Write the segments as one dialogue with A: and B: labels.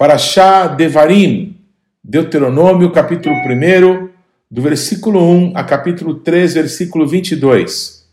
A: Parashá Devarim, Deuteronômio, capítulo 1, do versículo 1 a capítulo 3, versículo 22.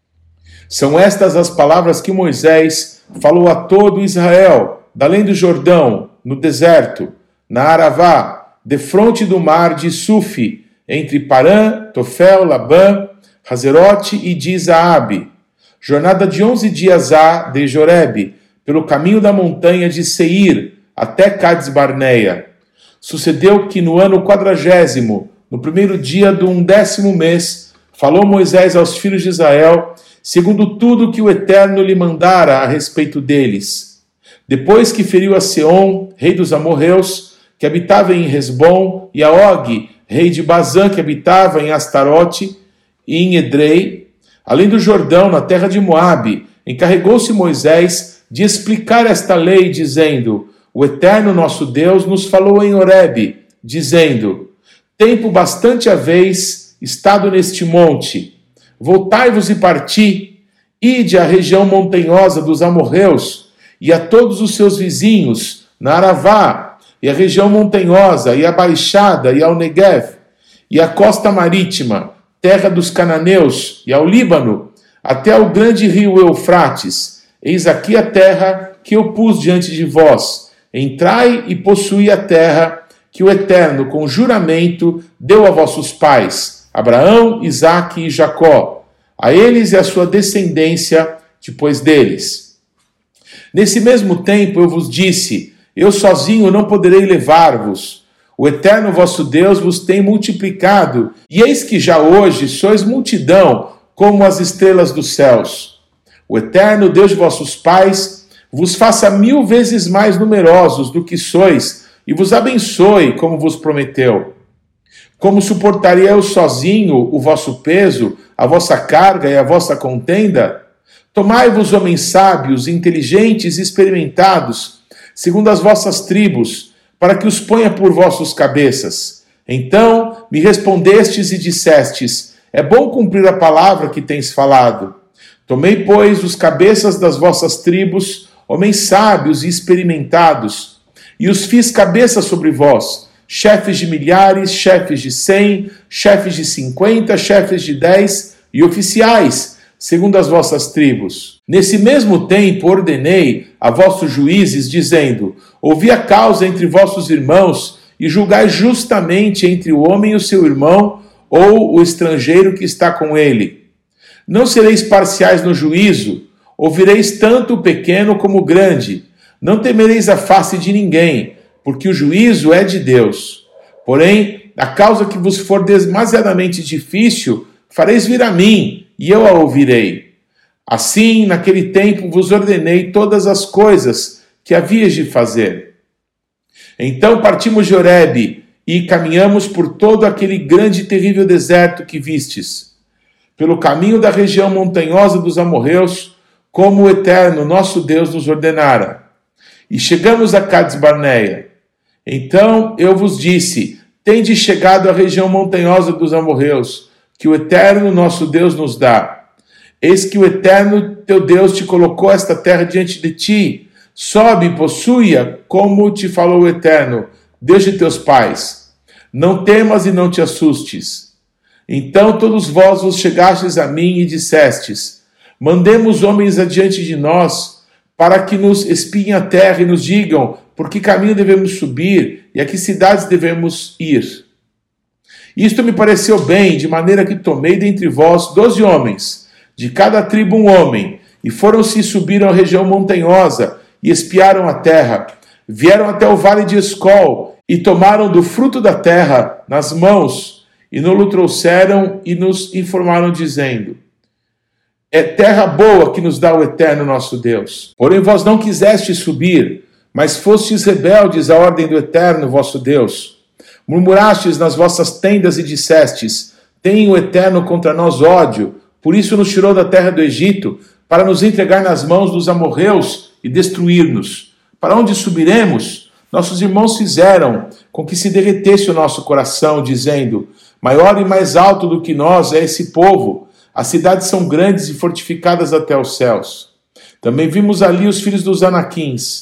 A: São estas as palavras que Moisés falou a todo Israel, da além do Jordão, no deserto, na Aravá, defronte do mar de Sufi, entre Parã, Tofel, Labã, Hazerote e Di-Zaabe. Jornada de 11 dias há de Jorebe, pelo caminho da montanha de Seir, até Cades-Barneia. Sucedeu que no ano 40º, no primeiro dia do 11º mês, falou Moisés aos filhos de Israel, segundo tudo que o Eterno lhe mandara a respeito deles. Depois que feriu a Seom, rei dos amorreus, que habitava em Hesbom, e a Og, rei de Bazã, que habitava em Astarote e em Edrei, além do Jordão, na terra de Moabe, encarregou-se Moisés de explicar esta lei, dizendo: o Eterno nosso Deus nos falou em Horebe, dizendo: tempo bastante haveis estado neste monte, voltai-vos e parti, ide à região montanhosa dos amorreus, e a todos os seus vizinhos, na Aravá, e a região montanhosa, e a baixada, e ao Negev, e a costa marítima, terra dos cananeus, e ao Líbano, até ao grande rio Eufrates. Eis aqui a terra que eu pus diante de vós. Entrai e possuí a terra que o Eterno, com juramento, deu a vossos pais, Abraão, Isaque e Jacó, a eles e a sua descendência depois deles. Nesse mesmo tempo eu vos disse: eu sozinho não poderei levar-vos. O Eterno vosso Deus vos tem multiplicado, e eis que já hoje sois multidão, como as estrelas dos céus. O Eterno, Deus de vossos pais, vos faça 1000 vezes mais numerosos do que sois, e vos abençoe, como vos prometeu. Como suportaria eu sozinho o vosso peso, a vossa carga e a vossa contenda? Tomai-vos homens sábios, inteligentes e experimentados, segundo as vossas tribos, para que os ponha por vossos cabeças. Então me respondestes e dissestes: é bom cumprir a palavra que tens falado. Tomei, pois, os cabeças das vossas tribos, homens sábios e experimentados, e os fiz cabeça sobre vós, chefes de milhares, chefes de 100, chefes de 50, chefes de 10 e oficiais, segundo as vossas tribos. Nesse mesmo tempo ordenei a vossos juízes, dizendo: ouvi a causa entre vossos irmãos e julgai justamente entre o homem e o seu irmão, ou o estrangeiro que está com ele. Não sereis parciais no juízo, ouvireis tanto o pequeno como o grande. Não temereis a face de ninguém, porque o juízo é de Deus. Porém, a causa que vos for demasiadamente difícil, fareis vir a mim, e eu a ouvirei. Assim, naquele tempo vos ordenei todas as coisas que havias de fazer. Então partimos de Horebe, e caminhamos por todo aquele grande e terrível deserto que vistes, pelo caminho da região montanhosa dos amorreus, como o Eterno, nosso Deus, nos ordenara. E chegamos a Cades-Barneia. Então eu vos disse: tendes chegado à região montanhosa dos amorreus, que o Eterno, nosso Deus, nos dá. Eis que o Eterno, teu Deus, te colocou esta terra diante de ti. Sobe e possui-a, como te falou o Eterno, Deus de teus pais. Não temas e não te assustes. Então todos vós vos chegastes a mim e dissestes: mandemos homens adiante de nós, para que nos espiem a terra e nos digam por que caminho devemos subir e a que cidades devemos ir. Isto me pareceu bem, de maneira que tomei dentre vós 12 homens, de cada tribo um homem, e foram-se e subiram à região montanhosa, e espiaram a terra. Vieram até o vale de Escol, e tomaram do fruto da terra nas mãos, e nos trouxeram e nos informaram, dizendo: é terra boa que nos dá o Eterno nosso Deus. Porém vós não quisestes subir, mas fostes rebeldes à ordem do Eterno vosso Deus. Murmurastes nas vossas tendas e dissestes: tem o Eterno contra nós ódio, por isso nos tirou da terra do Egito, para nos entregar nas mãos dos amorreus e destruir-nos. Para onde subiremos? Nossos irmãos fizeram com que se derretesse o nosso coração, dizendo: maior e mais alto do que nós é esse povo. As cidades são grandes e fortificadas até os céus. Também vimos ali os filhos dos Anaquins.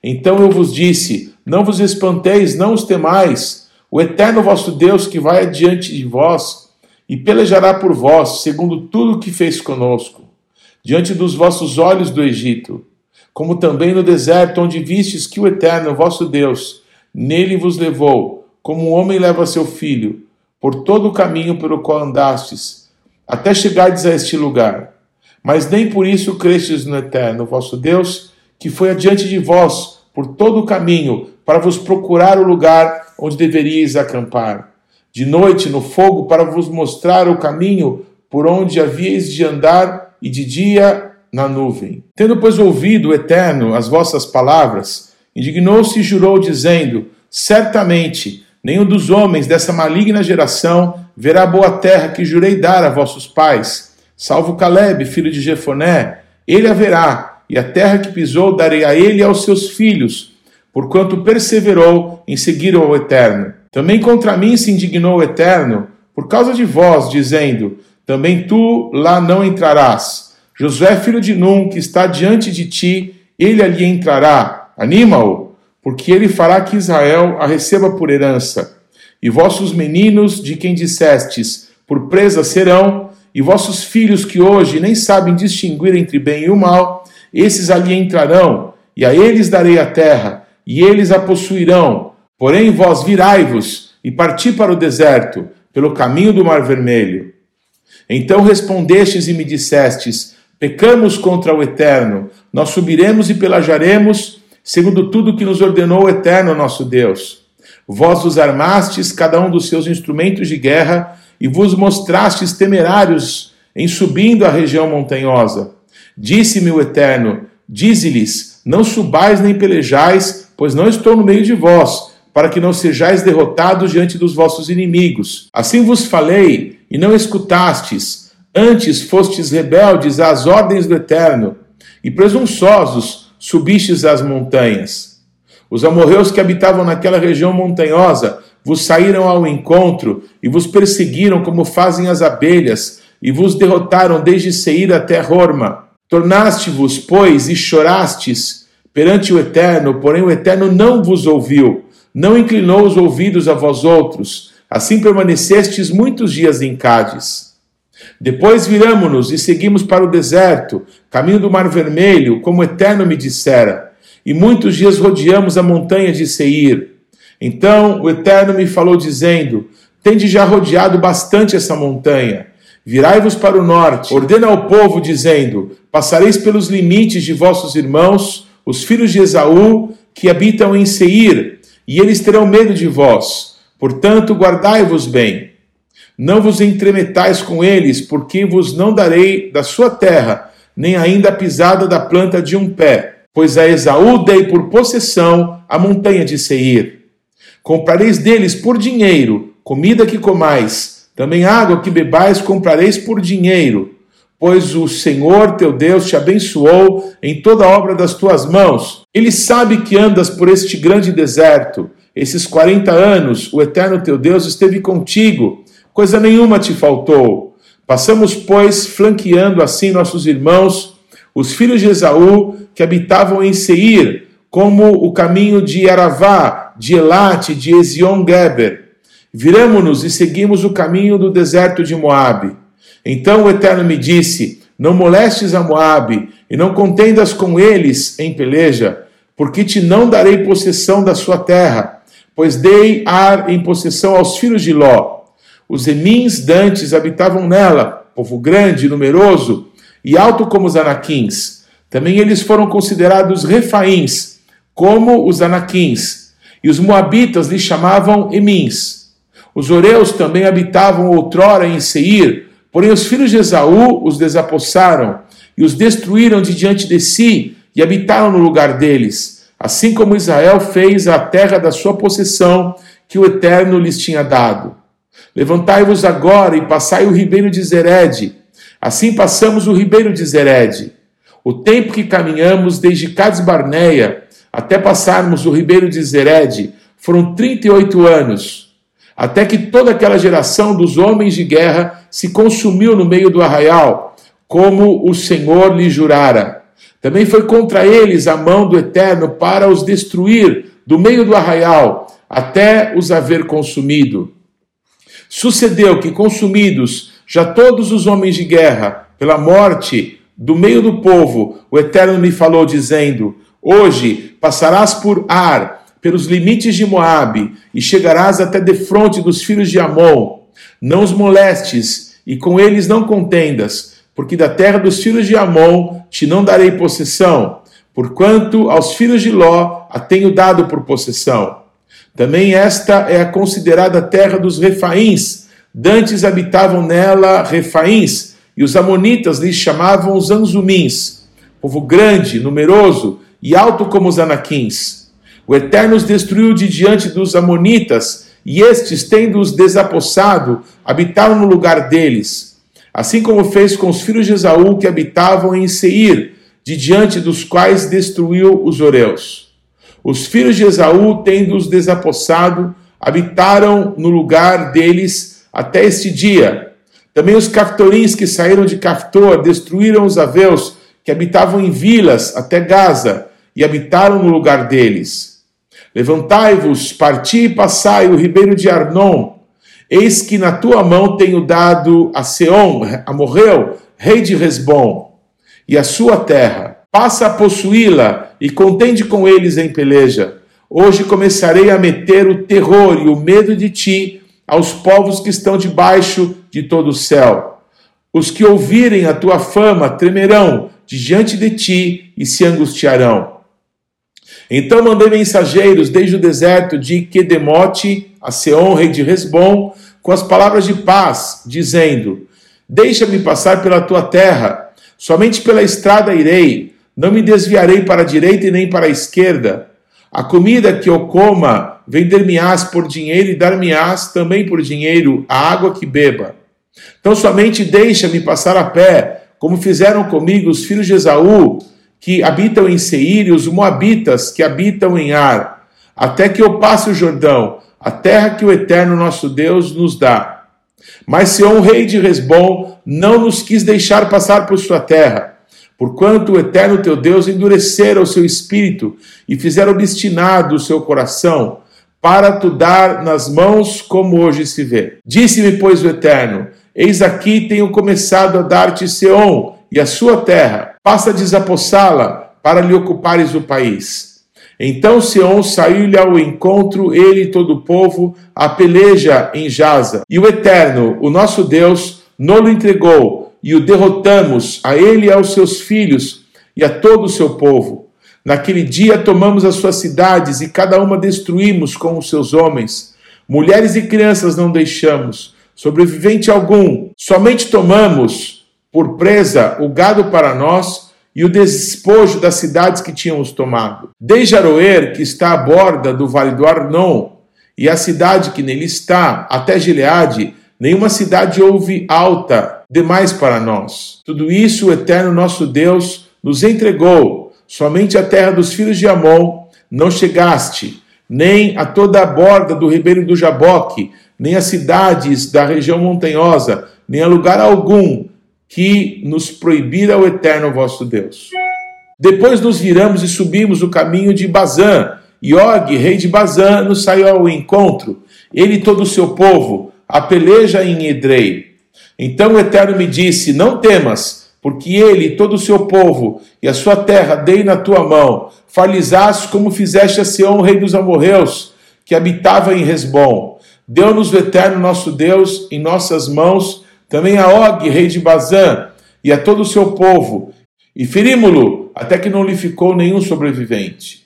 A: Então eu vos disse: não vos espanteis, não os temais. O eterno vosso Deus, que vai adiante de vós e pelejará por vós, segundo tudo o que fez conosco, diante dos vossos olhos do Egito, como também no deserto, onde vistes que o eterno vosso Deus nele vos levou, como um homem leva seu filho, por todo o caminho pelo qual andastes, até chegardes a este lugar. Mas nem por isso crestes no eterno vosso Deus, que foi adiante de vós por todo o caminho, para vos procurar o lugar onde deveríeis acampar. De noite no fogo, para vos mostrar o caminho por onde havíeis de andar, e de dia na nuvem. Tendo, pois, ouvido o Eterno as vossas palavras, indignou-se e jurou, dizendo: certamente nenhum dos homens dessa maligna geração verá a boa terra que jurei dar a vossos pais, salvo Calebe, filho de Jefoné. Ele a verá, e a terra que pisou darei a ele e aos seus filhos, porquanto perseverou em seguir ao Eterno. Também contra mim se indignou o Eterno, por causa de vós, dizendo: também tu lá não entrarás. Josué, filho de Num, que está diante de ti, ele ali entrará. Anima-o, porque ele fará que Israel a receba por herança. E vossos meninos, de quem dissestes, por presa serão, e vossos filhos, que hoje nem sabem distinguir entre bem e o mal, esses ali entrarão, e a eles darei a terra, e eles a possuirão. Porém vós virai-vos, e parti para o deserto, pelo caminho do Mar Vermelho. Então respondestes e me dissestes: pecamos contra o Eterno, nós subiremos e pelajaremos, segundo tudo que nos ordenou o Eterno nosso Deus. Vós vos armastes, cada um dos seus instrumentos de guerra, e vos mostrastes temerários em subindo a região montanhosa. Disse-me o Eterno: dize-lhes: não subais nem pelejais, pois não estou no meio de vós, para que não sejais derrotados diante dos vossos inimigos. Assim vos falei, e não escutastes. Antes fostes rebeldes às ordens do Eterno, e presunçosos subistes às montanhas. Os amorreus que habitavam naquela região montanhosa vos saíram ao encontro, e vos perseguiram como fazem as abelhas, e vos derrotaram desde Seir até Horma. Tornaste-vos, pois, e chorastes perante o Eterno, porém o Eterno não vos ouviu, não inclinou os ouvidos a vós outros. Assim permanecestes muitos dias em Cádiz. Depois viramo-nos e seguimos para o deserto, caminho do Mar Vermelho, como o Eterno me dissera. E muitos dias rodeamos a montanha de Seir. Então o Eterno me falou, dizendo: tende já rodeado bastante essa montanha. Virai-vos para o norte, ordena ao povo, dizendo: passareis pelos limites de vossos irmãos, os filhos de Esaú, que habitam em Seir, e eles terão medo de vós. Portanto, guardai-vos bem. Não vos entremetais com eles, porque vos não darei da sua terra, nem ainda a pisada da planta de um pé, pois a Esaú dei por possessão a montanha de Seir. Comprareis deles por dinheiro comida que comais, também água que bebais comprareis por dinheiro, pois o Senhor teu Deus te abençoou em toda a obra das tuas mãos. Ele sabe que andas por este grande deserto. Esses 40 anos o Eterno teu Deus esteve contigo, coisa nenhuma te faltou. Passamos, pois, flanqueando assim nossos irmãos, os filhos de Esaú, que habitavam em Seir, como o caminho de Aravá, de Elate, de Ezion-Geber. Viramo-nos e seguimos o caminho do deserto de Moabe. Então o Eterno me disse: não molestes a Moabe, e não contendas com eles em peleja, porque te não darei possessão da sua terra, pois dei Ar em possessão aos filhos de Ló. Os Emins dantes habitavam nela, povo grande, numeroso, e alto como os Anaquins. Também eles foram considerados Refaíns, como os Anaquins, e os Moabitas lhes chamavam Emins. Os Oreus também habitavam outrora em Seir, porém os filhos de Esaú os desapossaram, e os destruíram de diante de si, e habitaram no lugar deles, assim como Israel fez a terra da sua possessão, que o Eterno lhes tinha dado. Levantai-vos agora e passai o ribeiro de Zered. Assim passamos o ribeiro de Zered. O tempo que caminhamos desde Cades Barneia até passarmos o ribeiro de Zered foram 38 anos, até que toda aquela geração dos homens de guerra se consumiu no meio do arraial, como o Senhor lhe jurara. Também foi contra eles a mão do Eterno para os destruir do meio do arraial, até os haver consumido. Sucedeu que, consumidos já todos os homens de guerra pela morte do meio do povo, o Eterno me falou dizendo: hoje passarás por Ar, pelos limites de Moabe, e chegarás até defronte dos filhos de Amon. Não os molestes, e com eles não contendas, porque da terra dos filhos de Amon te não darei possessão, porquanto aos filhos de Ló a tenho dado por possessão. Também esta é a considerada terra dos Refaíns. Dantes habitavam nela Refaíns, e os amonitas lhes chamavam os Anzumins, povo grande, numeroso e alto como os anaquins. O Eterno os destruiu de diante dos amonitas, e estes, tendo-os desapossado, habitaram no lugar deles. Assim como fez com os filhos de Esaú, que habitavam em Seir, de diante dos quais destruiu os Oreus. Os filhos de Esaú, tendo-os desapossado, habitaram no lugar deles até este dia. Também os Caftorins que saíram de Caftor destruíram os Aveus, que habitavam em vilas até Gaza, e habitaram no lugar deles. Levantai-vos, parti e passai o ribeiro de Arnon. Eis que na tua mão tenho dado a Seom, Amorreu, rei de Resbom, e a sua terra. Passa a possuí-la e contende com eles em peleja. Hoje começarei a meter o terror e o medo de ti aos povos que estão debaixo de todo o céu. Os que ouvirem a tua fama tremerão diante de ti e se angustiarão. Então mandei mensageiros desde o deserto de Quedemote a Seom, rei de Resbom, com as palavras de paz, dizendo: deixa-me passar pela tua terra, somente pela estrada irei, não me desviarei para a direita e nem para a esquerda. A comida que eu coma, vender-me-ás por dinheiro e dar-me-ás também por dinheiro a água que beba. Então somente deixa-me passar a pé, como fizeram comigo os filhos de Esaú, que habitam em Seir, e os moabitas que habitam em Ar, até que eu passe o Jordão, a terra que o Eterno nosso Deus nos dá. Mas Seom, rei de Resbom, não nos quis deixar passar por sua terra, porquanto o Eterno teu Deus endurecera o seu espírito e fizera obstinado o seu coração, para tu dar nas mãos como hoje se vê. Disse-me, pois, o Eterno: eis aqui tenho começado a dar-te Seom e a sua terra, passa a desapossá-la para lhe ocupares o país. Então Seom saiu-lhe ao encontro, ele e todo o povo, a peleja em Jaza. E o Eterno, o nosso Deus, nos entregou, e o derrotamos, a ele e aos seus filhos, e a todo o seu povo. Naquele dia tomamos as suas cidades, e cada uma destruímos com os seus homens. Mulheres e crianças não deixamos, sobrevivente algum. Somente tomamos por presa o gado para nós, e o despojo das cidades que tínhamos tomado. Desde Aroer, que está à borda do vale do Arnon, e a cidade que nele está, até Gileade, nenhuma cidade houve alta demais para nós. Tudo isso o Eterno nosso Deus nos entregou. Somente a terra dos filhos de Amon não chegaste, nem a toda a borda do ribeiro do Jaboque, nem as cidades da região montanhosa, nem a lugar algum que nos proibira o Eterno vosso Deus. Depois nos viramos e subimos o caminho de Bazã, e Og, rei de Bazã, nos saiu ao encontro, ele e todo o seu povo, a peleja em Edrei. Então o Eterno me disse: não temas, porque ele e todo o seu povo e a sua terra dei na tua mão, far-lhes-ás como fizeste a Seom, rei dos amorreus, que habitava em Resbom. Deu-nos o Eterno nosso Deus em nossas mãos, também a Og, rei de Bazã, e a todo o seu povo, e ferimos-lo, até que não lhe ficou nenhum sobrevivente.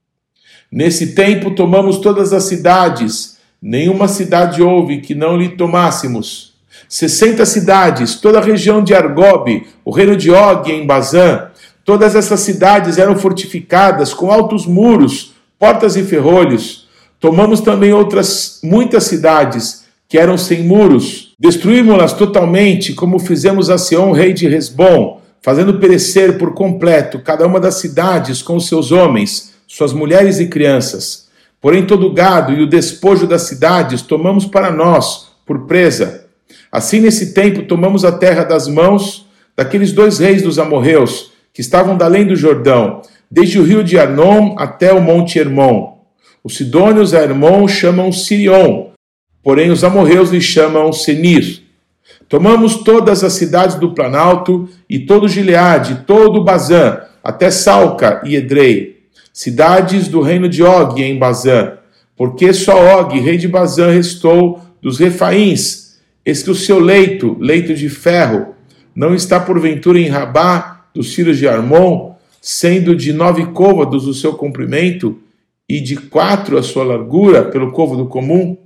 A: Nesse tempo tomamos todas as cidades, nenhuma cidade houve que não lhe tomássemos. 60 cidades, toda a região de Argobe, o reino de Og em Bazã, todas essas cidades eram fortificadas com altos muros, portas e ferrolhos. Tomamos também outras muitas cidades, que eram sem muros. Destruímos-las totalmente, como fizemos a Seom, rei de Resbom, fazendo perecer por completo cada uma das cidades com os seus homens, suas mulheres e crianças. Porém todo o gado e o despojo das cidades tomamos para nós, por presa. Assim nesse tempo tomamos a terra das mãos daqueles 2 reis dos amorreus, que estavam da além do Jordão, desde o rio de Arnon até o monte Hermon. Os sidônios a Hermon chamam Sirion, porém os amorreus lhe chamam Senir. Tomamos todas as cidades do Planalto e todo Gileade, todo o Bazã, até Salca e Edrei, cidades do reino de Og em Bazã, porque só Og, rei de Bazã, restou dos Refaíns. Eis que o seu leito de ferro, não está porventura em Rabá dos filhos de Armon, sendo de 9 côvados o seu comprimento e de 4 a sua largura pelo côvado comum?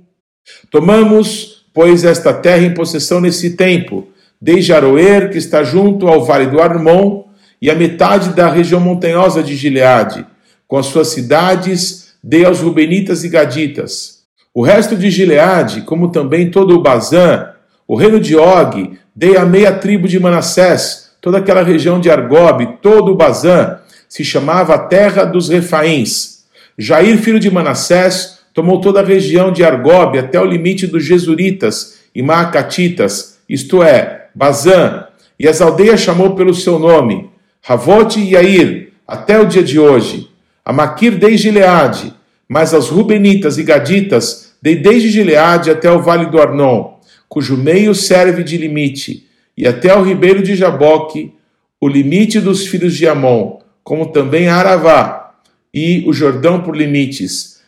A: Tomamos, pois, esta terra em possessão nesse tempo, desde Aroer, que está junto ao vale do Armon, e a metade da região montanhosa de Gileade, com as suas cidades, dei aos Rubenitas e Gaditas. O resto de Gileade, como também todo o Bazã, o reino de Og, dei a meia tribo de Manassés, toda aquela região de Argob, todo o Bazã, se chamava a terra dos Refaíns. Jair, filho de Manassés, tomou toda a região de Argob até o limite dos Jesuritas e Maacatitas, isto é, Bazã, e as aldeias chamou pelo seu nome, Ravote e Yair, até o dia de hoje. A Maquir dei Gileade, mas aos Rubenitas e Gaditas dei desde Gileade até o vale do Arnon, cujo meio serve de limite, e até o ribeiro de Jaboque, o limite dos filhos de Amon, como também a Aravá, e o Jordão por limites,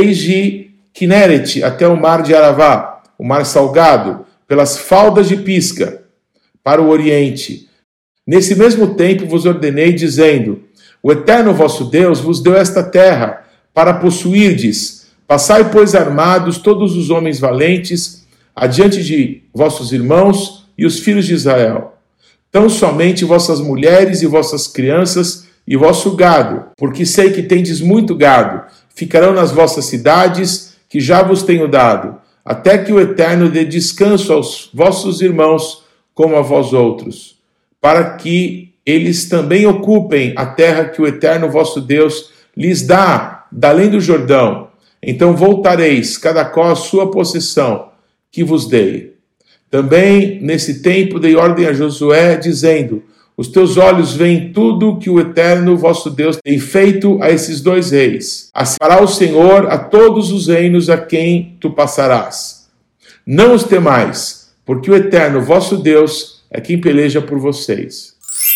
A: desde Kineret até o mar de Aravá, o mar salgado, pelas faldas de Pisga, para o oriente. Nesse mesmo tempo vos ordenei, dizendo: o Eterno vosso Deus vos deu esta terra, para possuirdes. Passai, pois, armados todos os homens valentes, adiante de vossos irmãos e os filhos de Israel. Tão somente vossas mulheres e vossas crianças e vosso gado, porque sei que tendes muito gado, ficarão nas vossas cidades, que já vos tenho dado, até que o Eterno dê descanso aos vossos irmãos, como a vós outros, para que eles também ocupem a terra que o Eterno vosso Deus lhes dá, da além do Jordão. Então voltareis, cada qual a sua possessão, que vos dei. Também, nesse tempo, dei ordem a Josué, dizendo: os teus olhos veem tudo que o Eterno vosso Deus tem feito a esses 2 reis. Assim fará o Senhor a todos os reinos a quem tu passarás. Não os temais, porque o Eterno vosso Deus é quem peleja por vocês.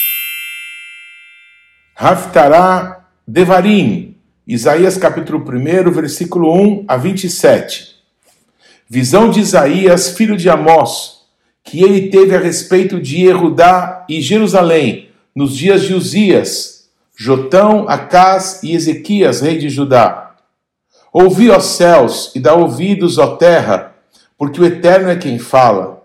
A: Haftará Devarim, Isaías capítulo 1, versículo 1 a 27. Visão de Isaías, filho de Amós, que ele teve a respeito de Judá e Jerusalém, nos dias de Uzias, Jotão, Acás e Ezequias, rei de Judá. Ouvi, ó céus, e dá ouvidos, ó terra, porque o Eterno é quem fala.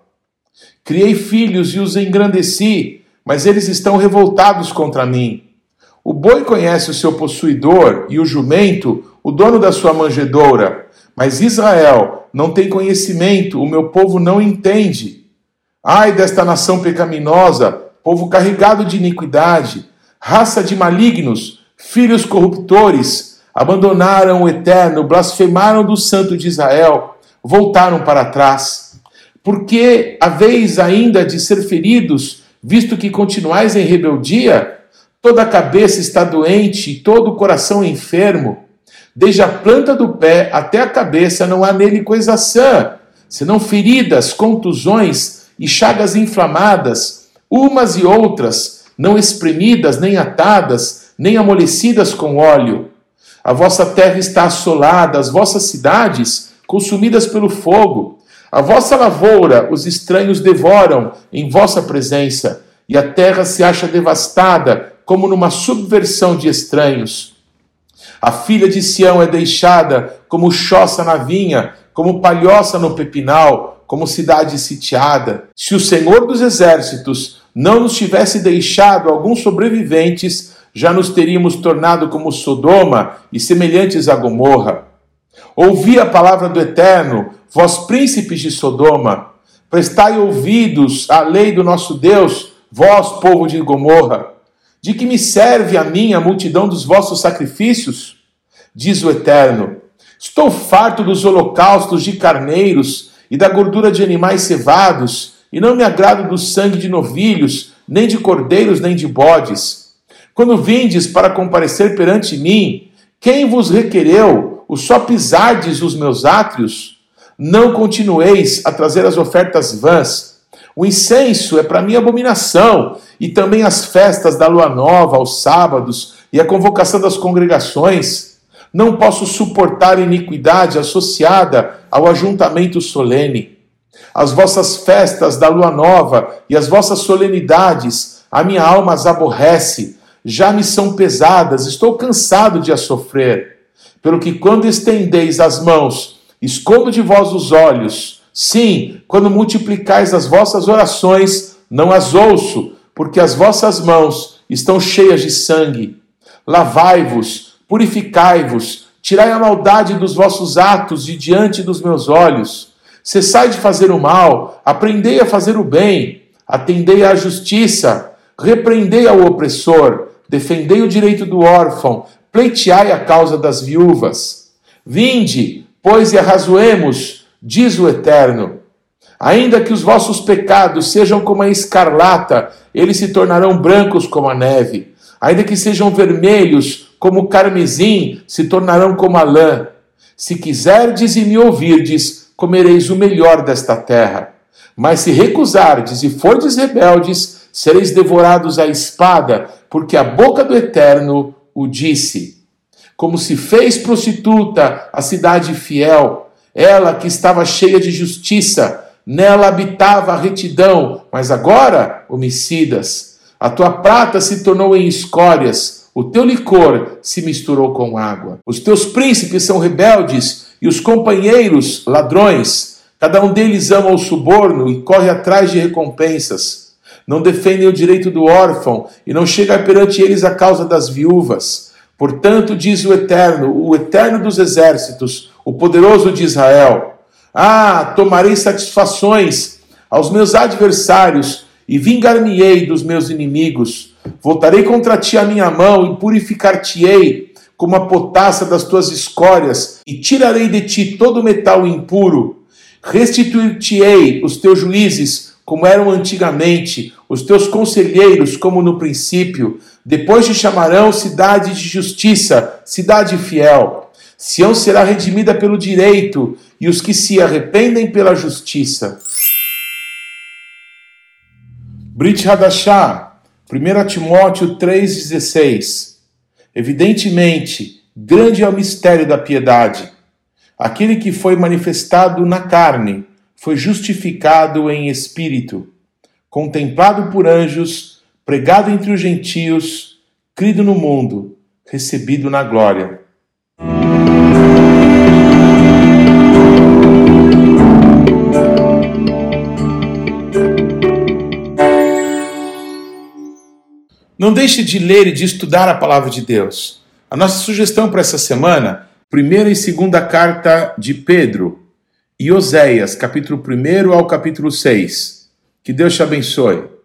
A: Criei filhos e os engrandeci, mas eles estão revoltados contra mim. O boi conhece o seu possuidor, e o jumento, o dono da sua manjedoura. Mas Israel não tem conhecimento, o meu povo não entende. Ai desta nação pecaminosa, povo carregado de iniquidade, raça de malignos, filhos corruptores, abandonaram o Eterno, blasfemaram do Santo de Israel, voltaram para trás. Porque haveis ainda de ser feridos, visto que continuais em rebeldia? Toda a cabeça está doente e todo o coração enfermo. Desde a planta do pé até a cabeça não há nele coisa sã, senão feridas, contusões e chagas inflamadas, umas e outras, não espremidas, nem atadas, nem amolecidas com óleo. A vossa terra está assolada, as vossas cidades consumidas pelo fogo. A vossa lavoura os estranhos devoram em vossa presença, e a terra se acha devastada, como numa subversão de estranhos. A filha de Sião é deixada como choça na vinha, como palhoça no pepinal, como cidade sitiada. Se o Senhor dos Exércitos não nos tivesse deixado alguns sobreviventes, já nos teríamos tornado como Sodoma e semelhantes a Gomorra. Ouvi a palavra do Eterno, vós príncipes de Sodoma. Prestai ouvidos à lei do nosso Deus, vós, povo de Gomorra. De que me serve a mim a multidão dos vossos sacrifícios? Diz o Eterno. Estou farto dos holocaustos de carneiros e da gordura de animais cevados, e não me agrado do sangue de novilhos, nem de cordeiros, nem de bodes. Quando vindes para comparecer perante mim, quem vos requereu o só pisardes os meus átrios? Não continueis a trazer as ofertas vãs. O incenso é para mim abominação, e também as festas da lua nova, aos sábados, e a convocação das congregações. Não posso suportar iniquidade associada ao ajuntamento solene. As vossas festas da lua nova e as vossas solenidades, a minha alma as aborrece, já me são pesadas, estou cansado de as sofrer. Pelo que quando estendeis as mãos, escondo de vós os olhos. Sim, quando multiplicais as vossas orações, não as ouço, porque as vossas mãos estão cheias de sangue. Lavai-vos, purificai-vos, tirai a maldade dos vossos atos de diante dos meus olhos. Cessai de fazer o mal, aprendei a fazer o bem, atendei à justiça, repreendei ao opressor, defendei o direito do órfão, pleiteai a causa das viúvas. Vinde, pois, e arrazoemos, diz o Eterno. Ainda que os vossos pecados sejam como a escarlata, eles se tornarão brancos como a neve. Ainda que sejam vermelhos como o carmesim, se tornarão como a lã. Se quiserdes e me ouvirdes, comereis o melhor desta terra. Mas se recusardes e fordes rebeldes, sereis devorados à espada, porque a boca do Eterno o disse. Como se fez prostituta a cidade fiel, ela que estava cheia de justiça, nela habitava a retidão, mas agora homicidas. A tua prata se tornou em escórias, o teu licor se misturou com água. Os teus príncipes são rebeldes e os companheiros ladrões. Cada um deles ama o suborno e corre atrás de recompensas. Não defendem o direito do órfão e não chega perante eles a causa das viúvas. Portanto, diz o Eterno dos exércitos, o poderoso de Israel: tomarei satisfações aos meus adversários e vingar-me-ei dos meus inimigos. Voltarei contra ti a minha mão e purificar-te-ei como a potassa das tuas escórias e tirarei de ti todo o metal impuro. Restituir-te-ei os teus juízes como eram antigamente, os teus conselheiros como no princípio. Depois te chamarão cidade de justiça, cidade fiel. Sião será redimida pelo direito e os que se arrependem pela justiça. Brit Hadashah, 1 Timóteo 3,16. Evidentemente, grande é o mistério da piedade. Aquele que foi manifestado na carne foi justificado em espírito, contemplado por anjos, pregado entre os gentios, crido no mundo, recebido na glória. Não deixe de ler e de estudar a palavra de Deus. A nossa sugestão para essa semana, 1ª e 2ª carta de Pedro e Oséias, capítulo 1 ao capítulo 6. Que Deus te abençoe.